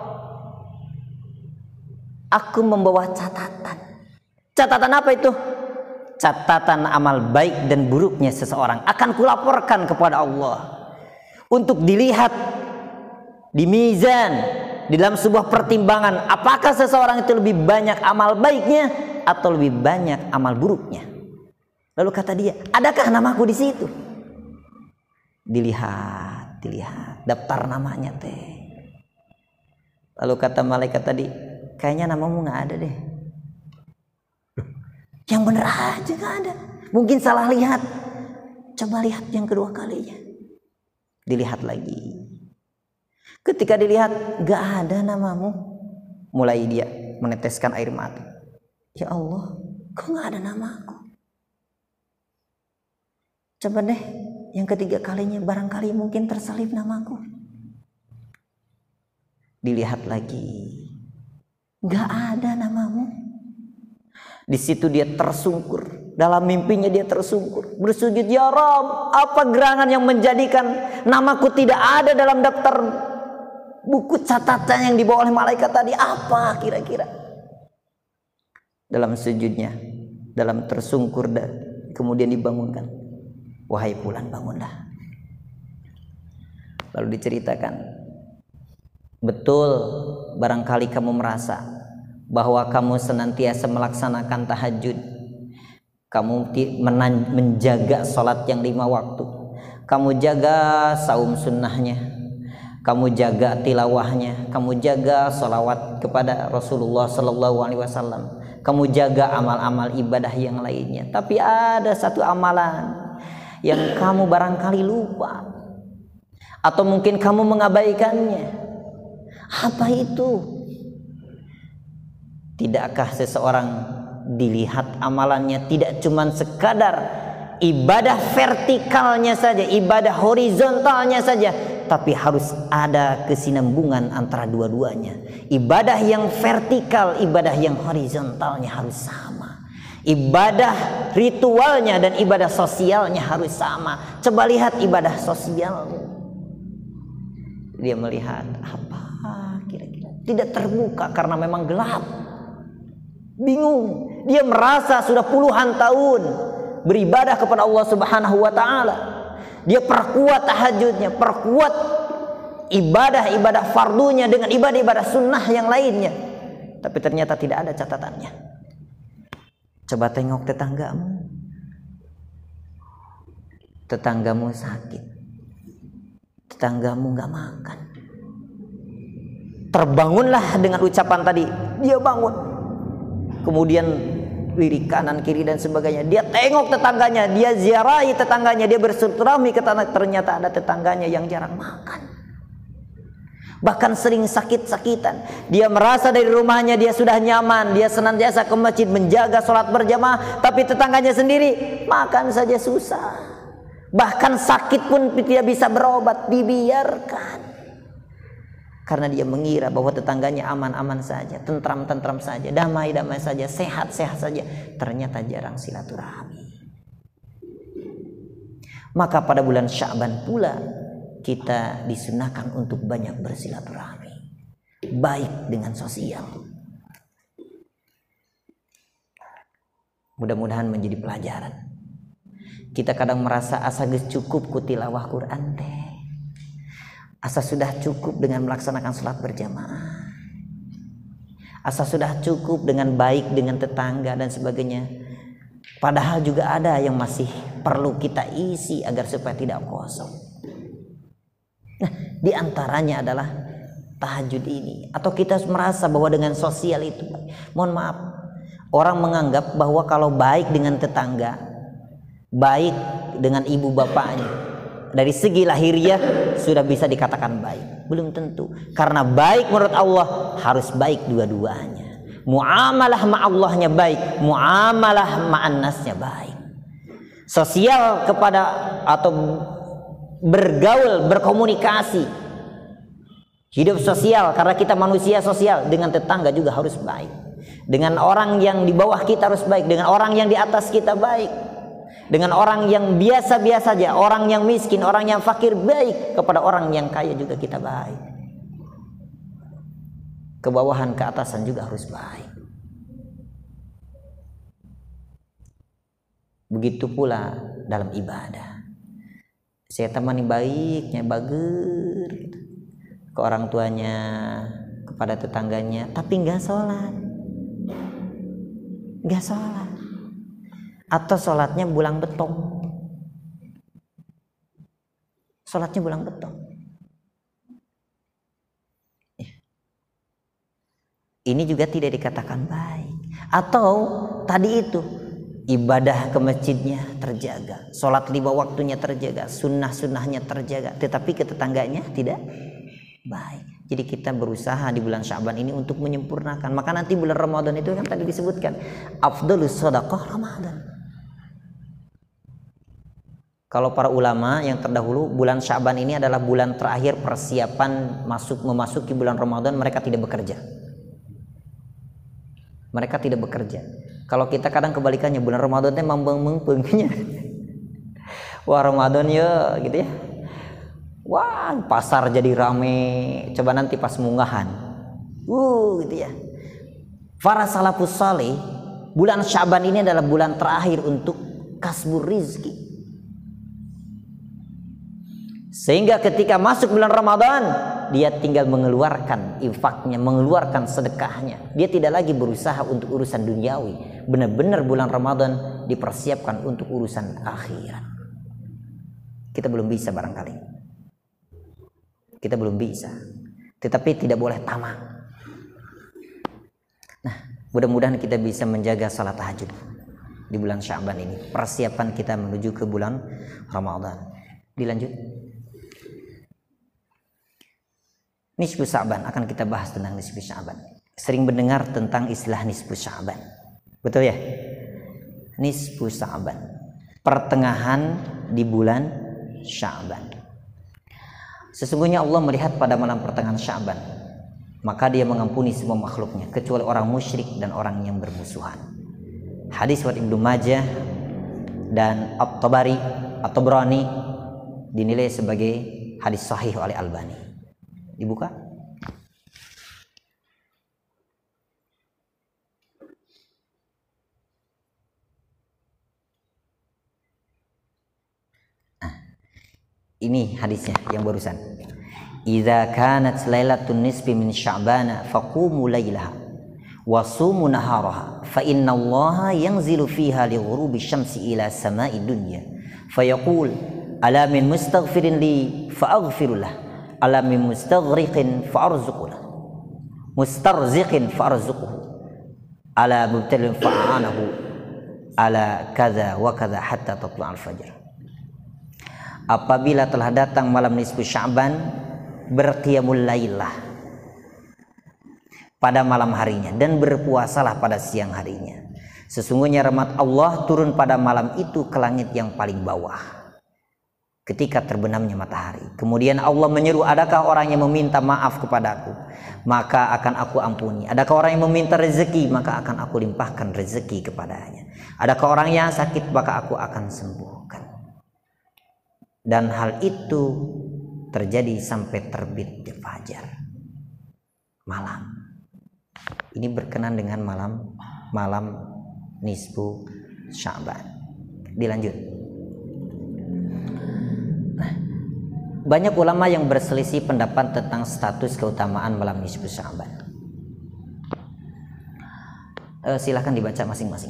Aku membawa catatan. Catatan apa itu? Catatan amal baik dan buruknya seseorang akan kulaporkan kepada Allah untuk dilihat di mizan, di dalam sebuah pertimbangan, apakah seseorang itu lebih banyak amal baiknya atau lebih banyak amal buruknya. Lalu kata dia, adakah namaku di situ? Dilihat daftar namanya teh. Lalu kata malaikat tadi, kayaknya namamu nggak ada deh. Yang bener aja nggak ada, mungkin salah lihat. Coba lihat yang kedua kalinya. Dilihat lagi. Ketika dilihat nggak ada namamu, mulai dia meneteskan air mata. Ya Allah, kok nggak ada namaku? Coba deh yang ketiga kalinya, barangkali mungkin terselip namaku. Dilihat lagi, nggak ada namamu. Di situ dia tersungkur. Dalam mimpinya dia tersungkur, bersujud, ya Rabb, apa gerangan yang menjadikan namaku tidak ada dalam daftar buku catatan yang dibawa oleh malaikat tadi? Apa kira-kira? Dalam sujudnya, dalam tersungkur, kemudian dibangunkan, wahai fulan, bangunlah. Lalu diceritakan, betul, barangkali kamu merasa bahwa kamu senantiasa melaksanakan tahajud, kamu menjaga sholat yang 5 waktu, kamu jaga saum sunnahnya, kamu jaga tilawahnya, kamu jaga sholawat kepada Rasulullah Sallallahu Alaihi Wasallam, kamu jaga amal-amal ibadah yang lainnya. Tapi ada satu amalan yang kamu barangkali lupa, atau mungkin kamu mengabaikannya. Apa itu? Tidakkah seseorang dilihat amalannya tidak cuma sekadar ibadah vertikalnya saja, ibadah horizontalnya saja, tapi harus ada kesinambungan antara dua-duanya. Ibadah yang vertikal, ibadah yang horizontalnya harus sama. Ibadah ritualnya dan ibadah sosialnya harus sama. Coba lihat ibadah sosialmu. Dia melihat apa kira-kira? Tidak terbuka karena memang gelap. Bingung. Dia merasa sudah puluhan tahun beribadah kepada Allah Subhanahu wa taala. Dia perkuat tahajudnya, perkuat ibadah-ibadah fardunya dengan ibadah-ibadah sunnah yang lainnya. Tapi ternyata tidak ada catatannya. Coba tengok tetanggamu. Tetanggamu sakit. Tetanggamu nggak makan. Terbangunlah dengan ucapan tadi. Dia bangun. Kemudian lirik kanan kiri dan sebagainya. Dia tengok tetangganya, dia ziarahi tetangganya, dia bersilaturahmi ke tanah. Ternyata ada tetangganya yang jarang makan. bahkan sering sakit-sakitan. Dia merasa dari rumahnya dia sudah nyaman, dia senantiasa ke masjid menjaga sholat berjamaah, tapi tetangganya sendiri makan saja susah, bahkan sakit pun tidak bisa berobat, dibiarkan. Karena dia mengira bahwa tetangganya aman-aman saja, tentram-tentram saja, damai-damai saja, sehat-sehat saja. Ternyata jarang silaturahmi. Maka pada bulan Sya'ban pula kita disunahkan untuk banyak bersilaturahmi, baik dengan sosial. Mudah-mudahan menjadi pelajaran. Kita kadang merasa asa geus cukup ku tilawah Quran teh, asa sudah cukup dengan melaksanakan sholat berjamaah, asa sudah cukup dengan baik dengan tetangga dan sebagainya. Padahal juga ada yang masih perlu kita isi agar supaya tidak kosong. Nah, diantaranya adalah tahajud ini. Atau kita merasa bahwa dengan sosial itu, mohon maaf, orang menganggap bahwa kalau baik dengan tetangga, baik dengan ibu bapaknya, dari segi lahiriah sudah bisa dikatakan baik. Belum tentu. Karena baik menurut Allah harus baik dua-duanya. Muamalah ma'allahnya baik, muamalah ma'annasnya baik. Sosial kepada atau bergaul, berkomunikasi, hidup sosial karena kita manusia sosial, dengan tetangga juga harus baik, dengan orang yang di bawah kita harus baik, dengan orang yang di atas kita baik, dengan orang yang biasa-biasa saja, orang yang miskin, orang yang fakir baik, kepada orang yang kaya juga kita baik, ke bawahan ke atasan juga harus baik. Begitu pula dalam ibadah. Saya temani baiknya, bager gitu, ke orang tuanya, kepada tetangganya, tapi nggak sholat, atau sholatnya bulang betong, Ini juga tidak dikatakan baik. Atau tadi itu, ibadah ke masjidnya terjaga, sholat 5 waktunya terjaga, sunnah-sunnahnya terjaga, tetapi ke tetangganya tidak baik. Jadi kita berusaha di bulan Sya'ban ini untuk menyempurnakan. Maka nanti bulan Ramadan itu kan tadi disebutkan afdhalus shadaqah Ramadan. Kalau para ulama yang terdahulu, bulan Sya'ban ini adalah bulan terakhir persiapan memasuki bulan Ramadan. Mereka tidak bekerja. Kalau kita kadang kebalikannya, bulan Ramadan teh mambeng-mengpengnya. Wah, Ramadan ya gitu ya. Wah, pasar jadi rame. Coba nanti pas munggahan. Gitu ya. Para salafus saleh, bulan Sya'ban ini adalah bulan terakhir untuk kasbur rizki. Sehingga ketika masuk bulan Ramadan, dia tinggal mengeluarkan infaknya, mengeluarkan sedekahnya. Dia tidak lagi berusaha untuk urusan duniawi. Benar-benar bulan Ramadan dipersiapkan untuk urusan akhirat. Kita belum bisa barangkali. Tetapi tidak boleh tamak. Nah, mudah-mudahan kita bisa menjaga salat tahajud di bulan Sya'ban ini. Persiapan kita menuju ke bulan Ramadan. Dilanjut. Nisfu Sya'ban, akan kita bahas tentang nisfu Sya'ban. Sering mendengar tentang istilah nisfu Sya'ban. Betul ya? Nisfu Sya'ban, pertengahan di bulan Sya'ban. Sesungguhnya Allah melihat pada malam pertengahan Sya'ban, maka dia mengampuni semua makhluknya kecuali orang musyrik dan orang yang bermusuhan. Hadis riwayat Ibnu Majah dan At-Tabari, At-Tabrani dinilai sebagai hadis sahih oleh Albani. Dibuka. Ini hadisnya yang barusan. Idza kanat lailatun nisfi min Sya'ban faqumu lailaha wa sumu naharaha fa innallaha yanzilu fiha li ghurubi syamsi ila sama'i dunya fayaqul ala min mustaghfirin li fa aghfiru lah, ala min mustaghriqin fa arzuqu lah, mustarziqin fa arzuquhu, ala mubtalin fa a'anahu, ala kadza wa kadza hatta tatlu'al fajr. Apabila telah datang malam nisfu Sya'ban, berqiyamul lailah pada malam harinya dan berpuasalah pada siang harinya. Sesungguhnya rahmat Allah turun pada malam itu ke langit yang paling bawah ketika terbenamnya matahari. Kemudian Allah menyeru, adakah orang yang meminta maaf kepadaku, maka akan aku ampuni. Adakah orang yang meminta rezeki, maka akan aku limpahkan rezeki kepadanya. Adakah orang yang sakit, maka aku akan sembuhkan. Dan hal itu terjadi sampai terbit di fajar malam. Ini berkenan dengan malam nisfu Sya'ban. Dilanjut. Banyak ulama yang berselisih pendapat tentang status keutamaan malam nisfu Sya'ban. Silahkan dibaca masing-masing.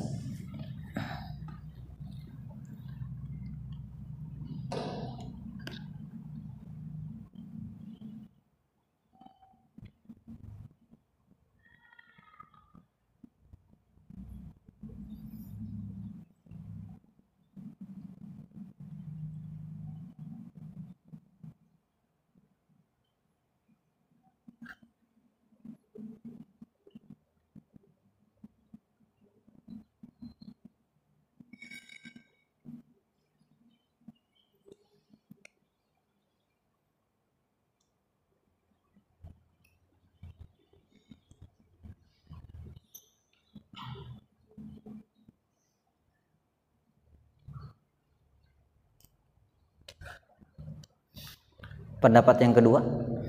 Pendapat yang kedua,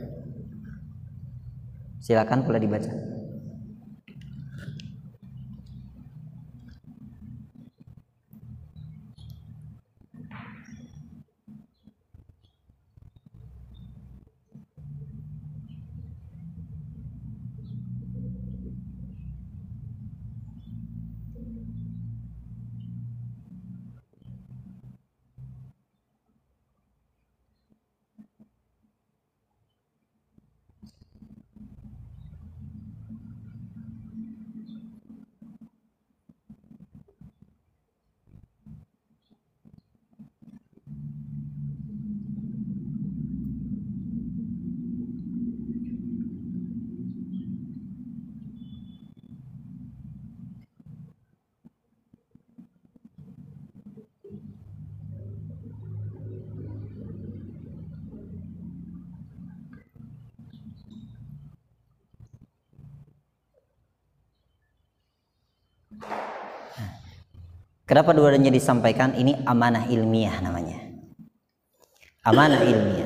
silakan pula dibaca. Kenapa dua-duanya disampaikan? Ini amanah ilmiah namanya. Amanah ilmiah.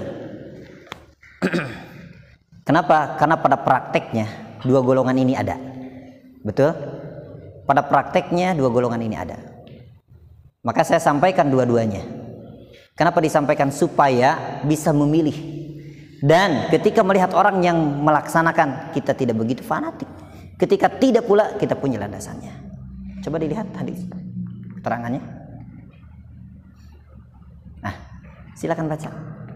Kenapa? Karena pada prakteknya dua golongan ini ada. Betul? Pada prakteknya dua golongan ini ada. Maka saya sampaikan dua-duanya. Kenapa disampaikan? Supaya bisa memilih. Dan ketika melihat orang yang melaksanakan, kita tidak begitu fanatik. Ketika tidak pula, kita punya landasannya. Coba dilihat hadis keterangannya. Nah, silakan baca.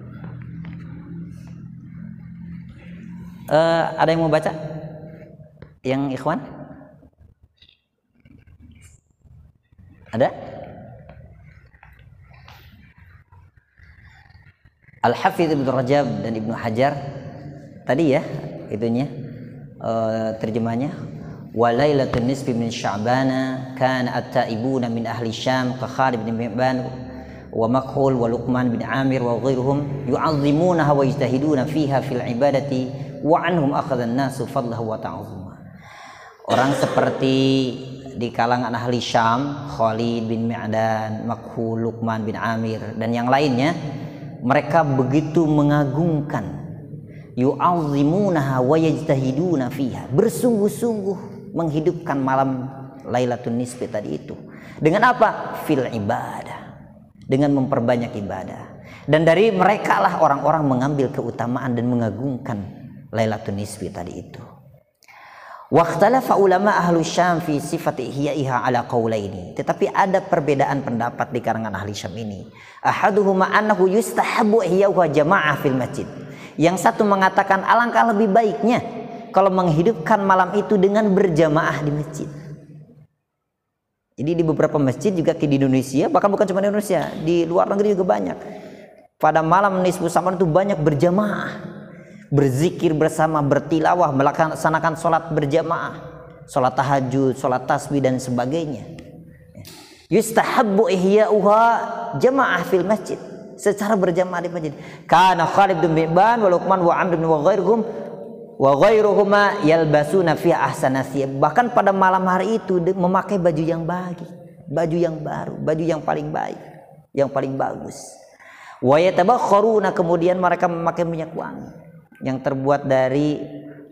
Ada yang mau baca? Yang ikhwan? Ada? Al-Hafidz Ibnu Rajab dan Ibnu Hajar tadi ya, itunya terjemahnya. Wa lailatul nisfi min Sya'bana kana at-ta'ibuna min ahli Syam ka Khalid bin Ma'ban wa Makhul wa Luqman bin Amir wa ghairuhum yu'azzimunaha wa yajtahiduna fiha fil ibadati wa anhum akhadha an-nasu fadlahu wa ta'azzuma. Orang seperti di kalangan ahli Syam, Khalid bin Ma'dan, Makhul, Luqman bin Amir dan yang lainnya, mereka begitu mengagungkan, yu'azzimunaha wa yajtahiduna fiha, bersungguh-sungguh menghidupkan malam Lailatul Nisfi tadi itu. Dengan apa? Fil ibadah, dengan memperbanyak ibadah. Dan dari mereka lah orang-orang mengambil keutamaan dan mengagungkan Lailatul Nisfi tadi itu. Waqtalafa ulama ahlu Syam fi sifati ihyaiha ala qaulaini. Tetapi ada perbedaan pendapat di kalangan ahli Syam ini. Ahaduhuma annahu yustahabu ihyauha jama'ah fil masjid. Yang satu mengatakan alangkah lebih baiknya kalau menghidupkan malam itu dengan berjamaah di masjid. Jadi di beberapa masjid juga di Indonesia, bahkan bukan cuma di Indonesia, di luar negeri juga banyak. Pada malam nisfu Sya'ban itu banyak berjamaah. berzikir bersama, bertilawah, melaksanakan sholat berjamaah, sholat tahajud, sholat tasbih dan sebagainya. Yustahabbu ihya'uha jamaah fil masjid, secara berjamaah di masjid. Kana Khalid bin Mihban wa Luqman wa Amr bin wa ghairuhuma yalbasuna fi ahsana thiyab. Bahkan pada malam hari itu memakai baju yang bagus, baju yang baru, baju yang paling baik, yang paling bagus. Wa yatabakharuna, kemudian mereka memakai minyak wangi yang terbuat dari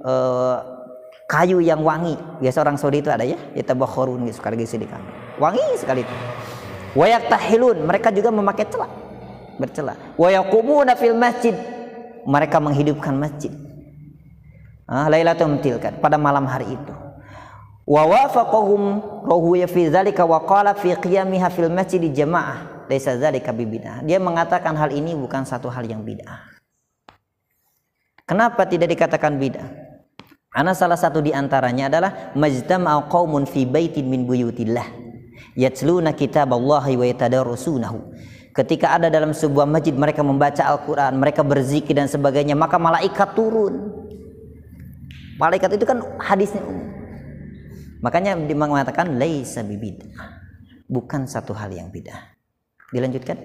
kayu yang wangi. Biasa orang Saudi itu ada ya, yatabakharun, sekali sedikit wangi sekali itu. Wa yaktahilun, mereka juga memakai celak, bercelak. Wa yaqumuna fil masjid, mereka menghidupkan masjid. Lailatul tilkan, pada malam hari itu. Wa wafaqahum rahuya fi dzalika wa qala fi qiyamiha fil masjid jamaah laisa dzalika bibidah. Dia mengatakan hal ini bukan satu hal yang bid'ah. Kenapa tidak dikatakan bid'ah? Karena salah satu di antaranya adalah majtama'u qaumun fi baitin min buyutillah yatluna kitaballahi wa yatadarrusunahu. Ketika ada dalam sebuah masjid mereka membaca Al-Qur'an, mereka berzikir dan sebagainya, maka malaikat turun. Malaikat itu kan hadisnya umum. Makanya mengatakan laisa bid'ah, bukan satu hal yang bid'ah. Dilanjutkan.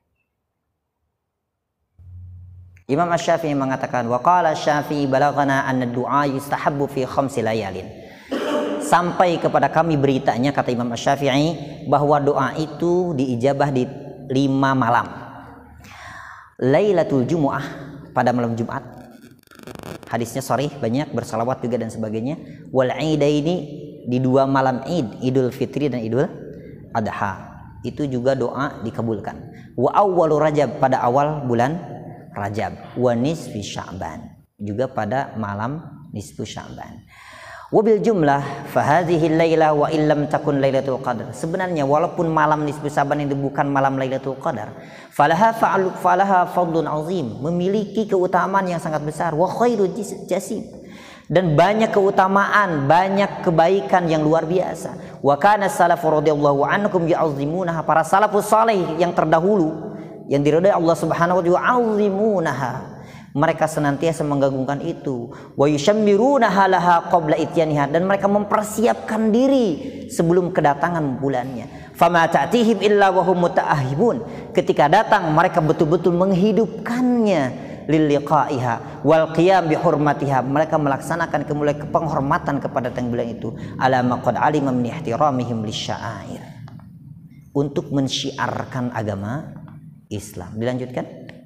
Imam Asy-Syafi'i mengatakan wa qala Asy-Syafi'i balaghana anna du'a yustahabbu fi khamsi layalin. Sampai kepada kami beritanya, kata Imam Asy-Syafi'i, bahwa doa itu diijabah di 5 malam. Lailatul Jumu'ah, pada malam Jumat. Hadisnya sharih, banyak, bersalawat juga dan sebagainya. Wal Idaini, di 2 malam Id, Idul Fitri dan Idul Adha. Itu juga doa dikabulkan. Wa awwalu Rajab, pada awal bulan Rajab, wa nisfi Sya'ban, juga pada malam nisfu Sya'ban. Wabil jumlah fahadhihi lailah wa illam takun lailatul qadar. Sebenarnya walaupun malam nisfu Sya'ban itu bukan malam lailatul qadar, falaha fadlun azim, memiliki keutamaan yang sangat besar, wa khairu jasim, dan banyak keutamaan, banyak kebaikan yang luar biasa. Wa kana salafu radhiyallahu anhum ya'azzimunaha, para salafus saleh yang terdahulu yang diridai Allah Subhanahu wa ta'ala, mereka senantiasa menggagungkan itu. Wa yushammirunaha laha qabla ityaniha, dan mereka mempersiapkan diri sebelum kedatangan bulannya. Fama ta'tihim illa wa hum muta'ahhibun, ketika datang mereka betul-betul menghidupkannya lil liqa'iha wal qiyam bi hurmatiha, mereka melaksanakan penghormatan kepada bulan itu, ala maqad alima min ihtiramihim lisya'air, untuk mensyiarkan agama Islam. Dilanjutkan.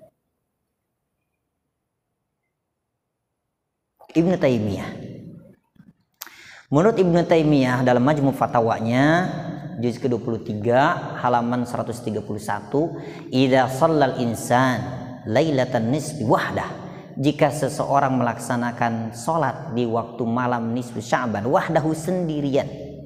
Ibnu Taimiyah. Menurut Ibnu Taimiyah dalam Majmu' Fatawanya juz ke-23 halaman 131, idza shallal insan lailatan nisfi wahdah, jika seseorang melaksanakan salat di waktu malam nisfu Sya'ban wahdahu, sendirian,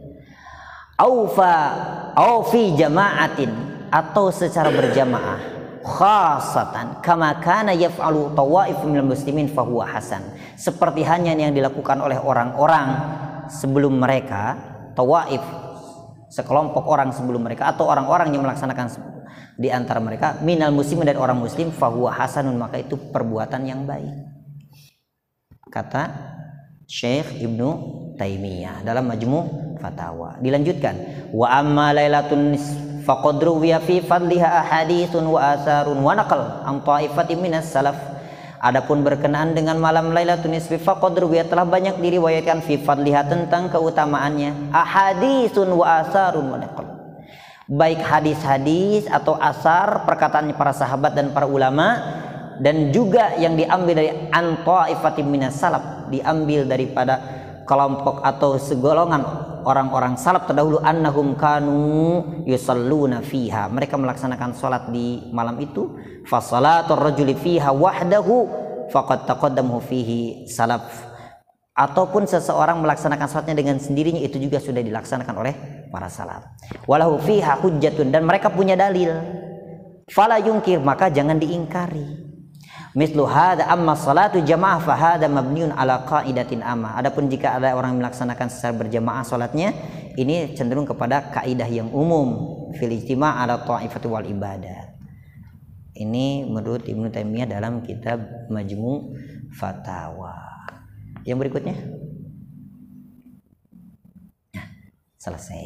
au fi jama'atin, atau secara berjamaah, khasatan kama kana yaf'alu tawaif minal muslimin fahuwa hasan, seperti hanya yang dilakukan oleh orang-orang sebelum mereka, tawaif, sekelompok orang sebelum mereka, atau orang-orang yang melaksanakan di antara mereka, minal muslimin, dari orang muslim, fahuwa hasanun, maka itu perbuatan yang baik, kata Syekh Ibnu Taimiyah dalam Majmu' Fatawa. Dilanjutkan, wa amma lailatun faqad ruwiya fi fadliha ahaditsun wa atharun wa naqal an ta'ifatin minas salaf. Adapun berkenaan dengan malam Lailatul Nisfi, faqad ruwiya, telah banyak diriwayatkan, fi fadliha, tentang keutamaannya, ahaditsun wa atharun wa naqal, baik hadis-hadis atau asar, perkataan para sahabat dan para ulama, dan juga yang diambil dari an ta'ifatin minas salaf, diambil daripada kelompok atau segolongan orang-orang salaf terdahulu, annahum kanu yusalluna fiha, mereka melaksanakan salat di malam itu, fa salatul rajuli fiha wahdahu faqad taqaddamahu fihi salaf, ataupun seseorang melaksanakan salatnya dengan sendirinya, itu juga sudah dilaksanakan oleh para salaf. Walahu fiha hujjatun, dan mereka punya dalil, fala yungkir, maka jangan diingkari. Mislu hadza amma salatu jamaah fa hadza mabniun ala qaidatin amma. Adapun jika ada orang melaksanakan secara berjamaah salatnya, ini cenderung kepada kaidah yang umum, fil ijtima' ala ta'ifati wal ibadat. Ini menurut Ibnu Taimiyah dalam kitab Majmu' fatawa. Yang berikutnya. Nah, selesai.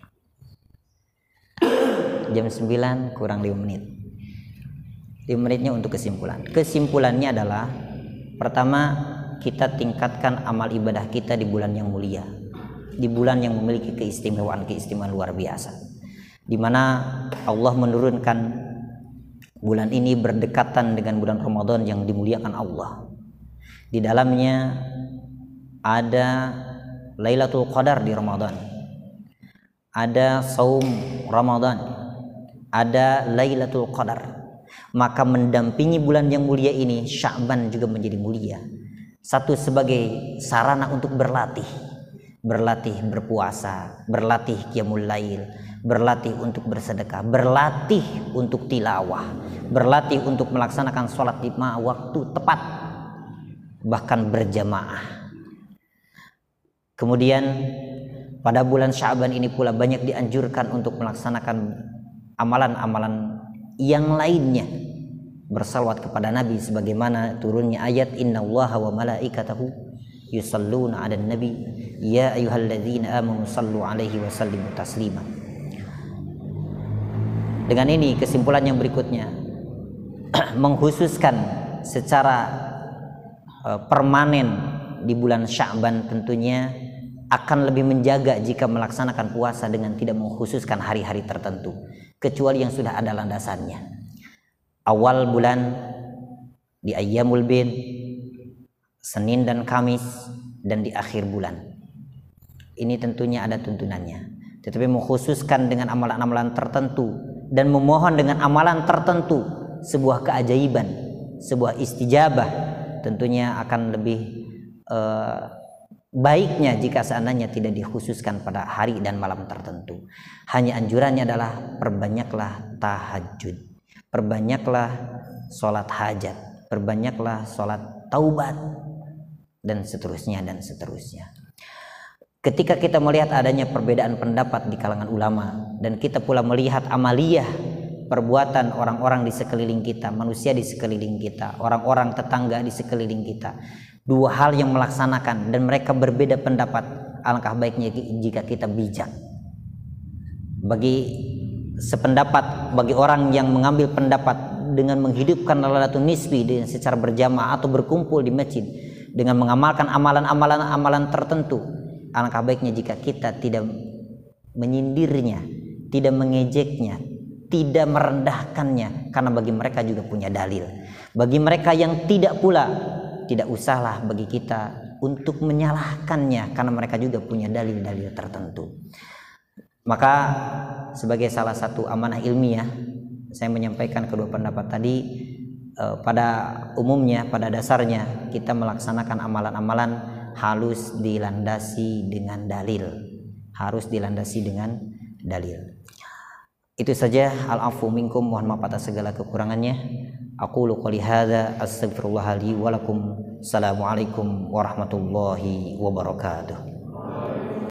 Jam 9 kurang 5 menit. 5 menitnya untuk kesimpulan. Kesimpulannya adalah pertama, kita tingkatkan amal ibadah kita di bulan yang mulia, di bulan yang memiliki keistimewaan luar biasa, di mana Allah menurunkan bulan ini berdekatan dengan bulan Ramadan yang dimuliakan Allah. Di dalamnya ada Lailatul Qadar di Ramadan, ada saum Ramadan, ada Lailatul Qadar. Maka mendampingi bulan yang mulia ini, Sya'ban juga menjadi mulia. Satu, sebagai sarana untuk berlatih berpuasa, berlatih qiyamul lail, berlatih untuk bersedekah, berlatih untuk tilawah, berlatih untuk melaksanakan sholat 5 waktu tepat, bahkan berjamaah. Kemudian pada bulan Sya'ban ini pula banyak dianjurkan untuk melaksanakan amalan-amalan yang lainnya, bersalawat kepada Nabi sebagaimana turunnya ayat innallaha wa malaikatahu yusalluna 'alan nabi ya ayyuhalladzina amanu sallu 'alaihi wa sallimu taslima. Dengan ini kesimpulan yang berikutnya, mengkhususkan secara permanen di bulan Sya'ban tentunya akan lebih menjaga jika melaksanakan puasa dengan tidak mengkhususkan hari-hari tertentu, kecuali yang sudah ada landasannya. Awal bulan di ayyamul bid, Senin dan Kamis, dan di akhir bulan. Ini tentunya ada tuntunannya. Tetapi mengkhususkan dengan amalan-amalan tertentu dan memohon dengan amalan tertentu sebuah keajaiban, sebuah istijabah, tentunya akan lebih baiknya jika seandainya tidak dikhususkan pada hari dan malam tertentu. Hanya anjurannya adalah perbanyaklah tahajud, perbanyaklah sholat hajat, perbanyaklah sholat taubat, dan seterusnya dan seterusnya. Ketika kita melihat adanya perbedaan pendapat di kalangan ulama, dan kita pula melihat amaliyah perbuatan orang-orang di sekeliling kita, manusia di sekeliling kita, orang-orang tetangga di sekeliling kita, dua hal yang melaksanakan dan mereka berbeda pendapat, alangkah baiknya jika kita bijak. Bagi sependapat, bagi orang yang mengambil pendapat dengan menghidupkan Lailatul Nisfi dengan secara berjamaah atau berkumpul di masjid dengan mengamalkan amalan-amalan tertentu, alangkah baiknya jika kita tidak menyindirnya, tidak mengejeknya, tidak merendahkannya, karena bagi mereka juga punya dalil. Bagi mereka yang tidak pula, tidak usahlah bagi kita untuk menyalahkannya, karena mereka juga punya dalil-dalil tertentu. Maka sebagai salah satu amanah ilmiah, saya menyampaikan kedua pendapat tadi. Pada umumnya, pada dasarnya kita melaksanakan amalan-amalan harus dilandasi dengan dalil, harus dilandasi dengan dalil. Itu saja. Al-afu minkum, mohon maaf atas segala kekurangannya. Aqulu qouli hadza astaghfirullah li wa lakum. Assalamualaikum warahmatullahi wabarakatuh.